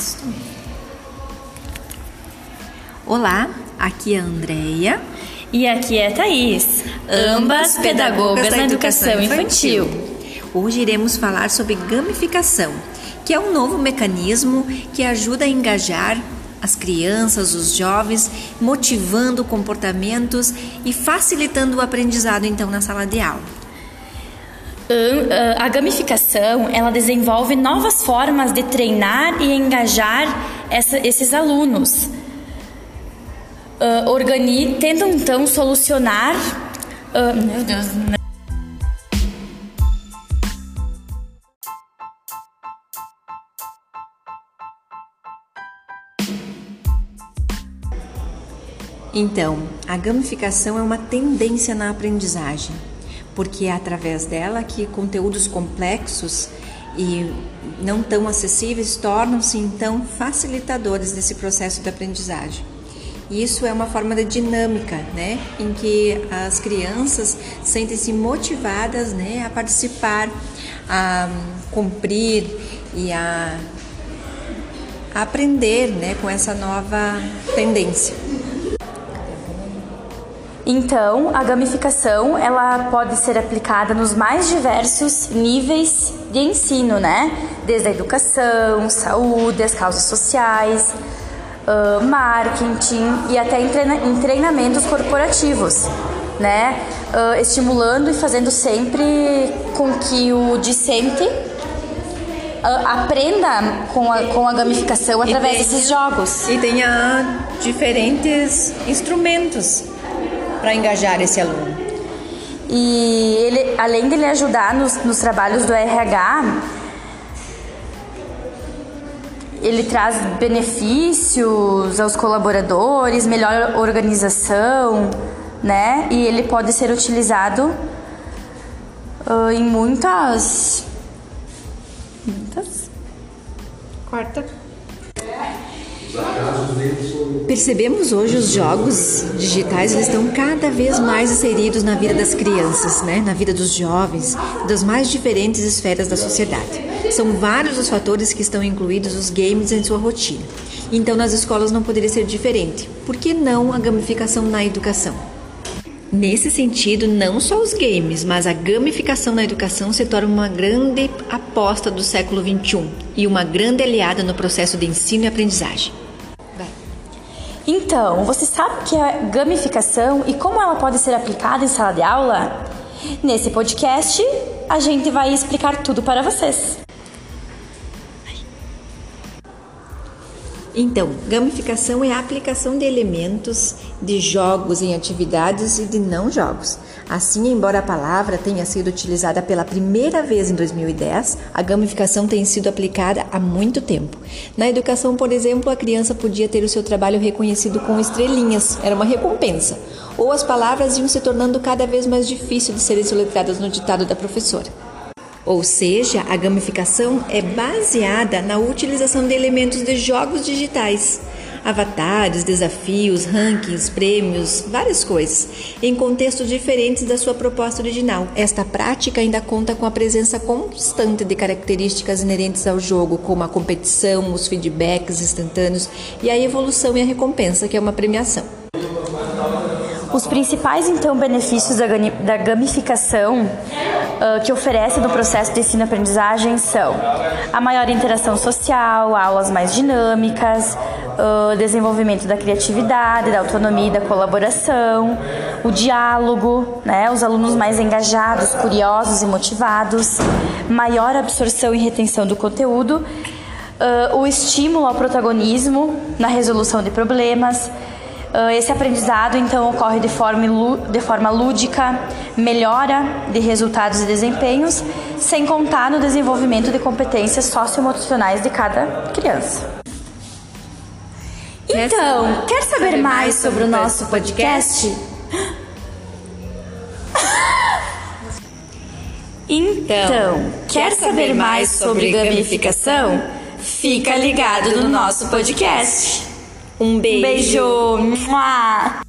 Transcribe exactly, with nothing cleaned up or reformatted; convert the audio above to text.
gosto. Olá, aqui é a Andreia. E aqui é a Thaís, ambas pedagogas na educação infantil. Hoje iremos falar sobre gamificação, que é um novo mecanismo que ajuda a engajar as crianças, os jovens, motivando comportamentos e facilitando o aprendizado então na sala de aula. A gamificação, ela desenvolve novas formas de treinar e engajar essa, esses alunos. Uh, organi- tentam então solucionar uh, meu Deus Então, a gamificação é uma tendência na aprendizagem, porque é através dela que conteúdos complexos e não tão acessíveis tornam-se então facilitadores desse processo de aprendizagem. Isso é uma forma de dinâmica, né, em que as crianças sentem-se motivadas, né, a participar, a cumprir e a, a aprender, né, com essa nova tendência. Então, a gamificação, ela pode ser aplicada nos mais diversos níveis de ensino, né? Desde a educação, saúde, as causas sociais, Uh, marketing e até em, treina, em treinamentos corporativos, né? Uh, estimulando e fazendo sempre com que o discente uh, aprenda com a, com a gamificação através tenha, desses jogos. E tenha diferentes instrumentos para engajar esse aluno. E ele, além de ele ajudar nos, nos trabalhos do R H, ele traz benefícios aos colaboradores, melhor organização, né? E ele pode ser utilizado uh, em muitas... muitas... Quarta. Percebemos hoje os jogos digitais, eles estão cada vez mais inseridos na vida das crianças, né? Na vida dos jovens, das mais diferentes esferas da sociedade. São vários os fatores que estão incluídos os games em sua rotina. Então, nas escolas não poderia ser diferente. Por que não a gamificação na educação? Nesse sentido, não só os games, mas a gamificação na educação se torna uma grande aposta do século vinte e um e uma grande aliada no processo de ensino e aprendizagem. Vai. Então, você sabe o que é gamificação e como ela pode ser aplicada em sala de aula? Nesse podcast, a gente vai explicar tudo para vocês. Então, gamificação é a aplicação de elementos de jogos em atividades e de não jogos. Assim, embora a palavra tenha sido utilizada pela primeira vez em dois mil e dez, a gamificação tem sido aplicada há muito tempo. Na educação, por exemplo, a criança podia ter o seu trabalho reconhecido com estrelinhas, era uma recompensa. Ou as palavras iam se tornando cada vez mais difíceis de serem soletradas no ditado da professora. Ou seja, a gamificação é baseada na utilização de elementos de jogos digitais, avatares, desafios, rankings, prêmios, várias coisas, em contextos diferentes da sua proposta original. Esta prática ainda conta com a presença constante de características inerentes ao jogo, como a competição, os feedbacks instantâneos e a evolução e a recompensa, que é uma premiação. Os principais, então, benefícios da gamificação uh, que oferece no processo de ensino-aprendizagem são a maior interação social, aulas mais dinâmicas, uh, desenvolvimento da criatividade, da autonomia e da colaboração, o diálogo, né, os alunos mais engajados, curiosos e motivados, maior absorção e retenção do conteúdo, uh, o estímulo ao protagonismo na resolução de problemas. Esse aprendizado, então, ocorre de forma, de forma lúdica, melhora de resultados e desempenhos, sem contar no desenvolvimento de competências socioemocionais de cada criança. Então, quer saber mais sobre o nosso podcast? Então, quer saber mais sobre gamificação? Fica ligado no nosso podcast. Um beijo. Um beijo.